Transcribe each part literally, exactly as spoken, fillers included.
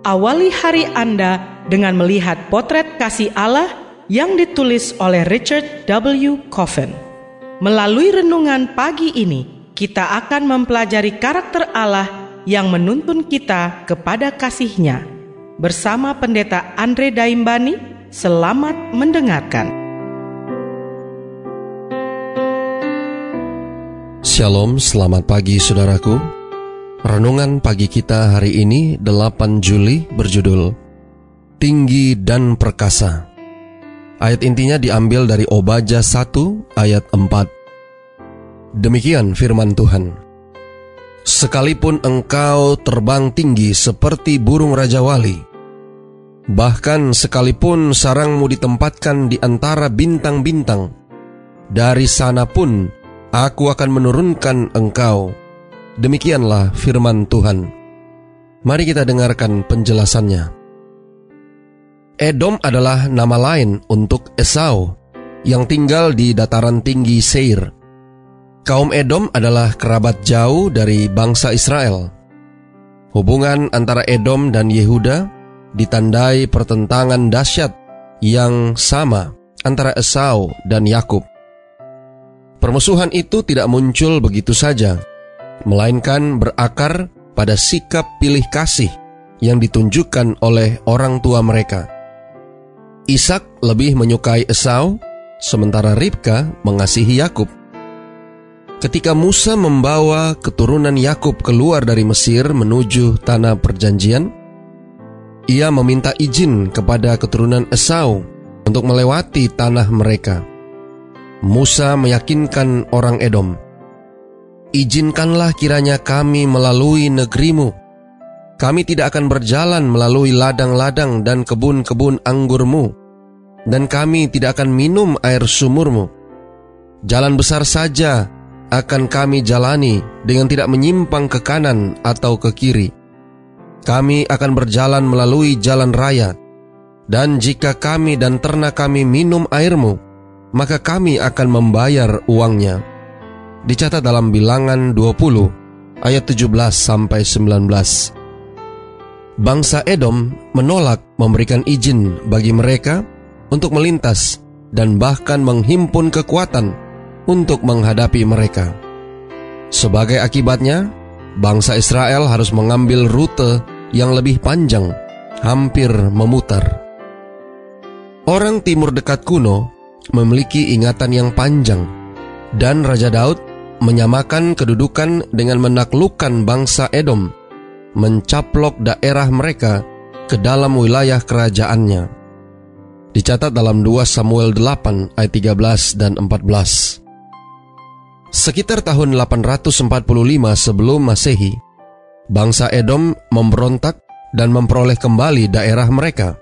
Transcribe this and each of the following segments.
Awali hari Anda dengan melihat potret kasih Allah yang ditulis oleh Richard W. Coffin. Melalui renungan pagi ini, kita akan mempelajari karakter Allah yang menuntun kita kepada kasih-Nya. Bersama Pendeta Andre Daimbani, selamat mendengarkan. Shalom, selamat pagi saudaraku. Renungan pagi kita hari ini delapan Juli berjudul Tinggi dan Perkasa. Ayat intinya diambil dari Obadja satu ayat empat. Demikian firman Tuhan. Sekalipun engkau terbang tinggi seperti burung Raja Wali, bahkan sekalipun sarangmu ditempatkan di antara bintang-bintang, dari sana pun aku akan menurunkan engkau. Demikianlah firman Tuhan. Mari kita dengarkan penjelasannya. Edom adalah nama lain untuk Esau yang tinggal di dataran tinggi Seir. Kaum Edom adalah kerabat jauh dari bangsa Israel. Hubungan antara Edom dan Yehuda ditandai pertentangan dahsyat yang sama antara Esau dan Yakub. Permusuhan itu tidak muncul begitu saja, melainkan berakar pada sikap pilih kasih yang ditunjukkan oleh orang tua mereka. Ishak lebih menyukai Esau, sementara Ribka mengasihi Yakub. Ketika Musa membawa keturunan Yakub keluar dari Mesir menuju tanah perjanjian, ia meminta izin kepada keturunan Esau untuk melewati tanah mereka. Musa meyakinkan orang Edom, "Izinkanlah kiranya kami melalui negerimu. Kami tidak akan berjalan melalui ladang-ladang dan kebun-kebun anggurmu, dan kami tidak akan minum air sumurmu. Jalan besar saja akan kami jalani dengan tidak menyimpang ke kanan atau ke kiri. Kami akan berjalan melalui jalan raya, dan jika kami dan ternak kami minum airmu, maka kami akan membayar uangnya." Dicatat dalam Bilangan dua puluh ayat tujuh belas sampai sembilan belas. Bangsa Edom menolak memberikan izin bagi mereka untuk melintas dan bahkan menghimpun kekuatan untuk menghadapi mereka. Sebagai akibatnya, bangsa Israel harus mengambil rute yang lebih panjang, hampir memutar. Orang Timur Dekat kuno memiliki ingatan yang panjang, dan Raja Daud menyamakan kedudukan dengan menaklukkan bangsa Edom, mencaplok daerah mereka ke dalam wilayah kerajaannya. Dicatat dalam dua Samuel delapan ayat tiga belas dan empat belas. Sekitar tahun delapan ratus empat puluh lima sebelum Masehi, bangsa Edom memberontak dan memperoleh kembali daerah mereka.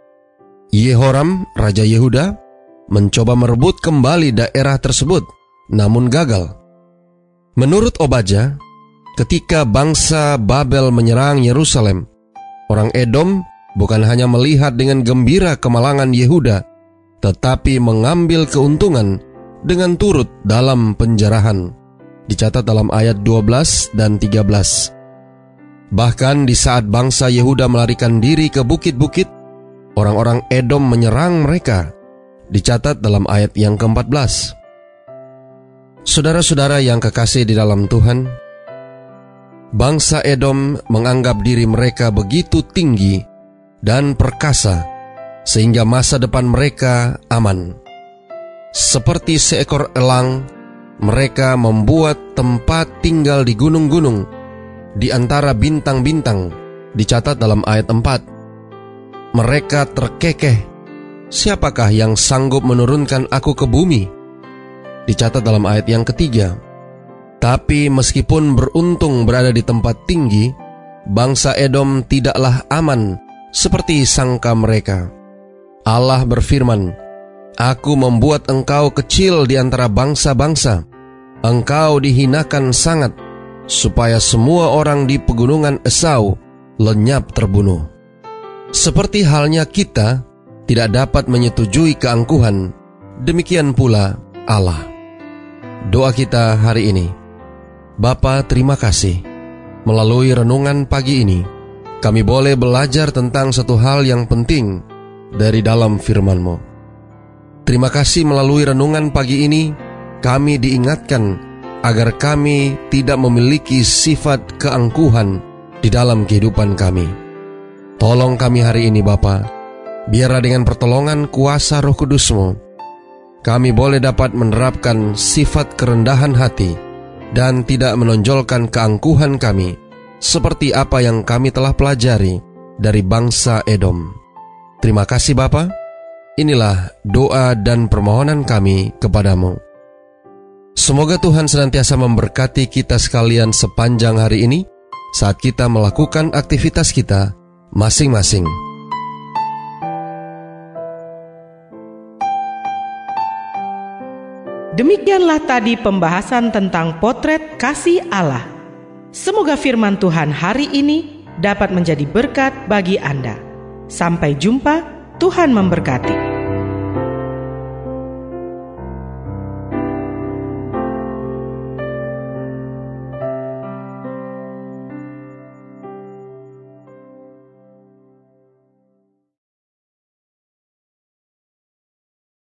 Yehoram, Raja Yehuda, mencoba merebut kembali daerah tersebut, namun gagal. Menurut Obadja, ketika bangsa Babel menyerang Yerusalem, orang Edom bukan hanya melihat dengan gembira kemalangan Yehuda, tetapi mengambil keuntungan dengan turut dalam penjarahan. Dicatat dalam ayat dua belas dan tiga belas. Bahkan di saat bangsa Yehuda melarikan diri ke bukit-bukit, orang-orang Edom menyerang mereka. Dicatat dalam ayat yang keempat belas. Saudara-saudara yang kekasih di dalam Tuhan, bangsa Edom menganggap diri mereka begitu tinggi dan perkasa sehingga masa depan mereka aman. Seperti seekor elang, mereka membuat tempat tinggal di gunung-gunung di antara bintang-bintang. Dicatat dalam ayat empat. Mereka terkekeh, "Siapakah yang sanggup menurunkan aku ke bumi?" Dicatat dalam ayat yang ketiga. Tapi meskipun beruntung berada di tempat tinggi, bangsa Edom tidaklah aman seperti sangka mereka. Allah berfirman, "Aku membuat engkau kecil di antara bangsa-bangsa. Engkau dihinakan sangat, supaya semua orang di pegunungan Esau lenyap terbunuh." Seperti halnya kita tidak dapat menyetujui keangkuhan, demikian pula Allah. Doa kita hari ini. Bapa, terima kasih. Melalui renungan pagi ini, kami boleh belajar tentang satu hal yang penting dari dalam firman-Mu. Terima kasih melalui renungan pagi ini, kami diingatkan agar kami tidak memiliki sifat keangkuhan di dalam kehidupan kami. Tolong kami hari ini Bapa, biarlah dengan pertolongan kuasa Roh Kudus-Mu, kami boleh dapat menerapkan sifat kerendahan hati dan tidak menonjolkan keangkuhan kami, seperti apa yang kami telah pelajari dari bangsa Edom. Terima kasih Bapa. Inilah doa dan permohonan kami kepadamu. Semoga Tuhan senantiasa memberkati kita sekalian sepanjang hari ini saat kita melakukan aktivitas kita masing-masing. Demikianlah tadi pembahasan tentang potret kasih Allah. Semoga firman Tuhan hari ini dapat menjadi berkat bagi Anda. Sampai jumpa, Tuhan memberkati.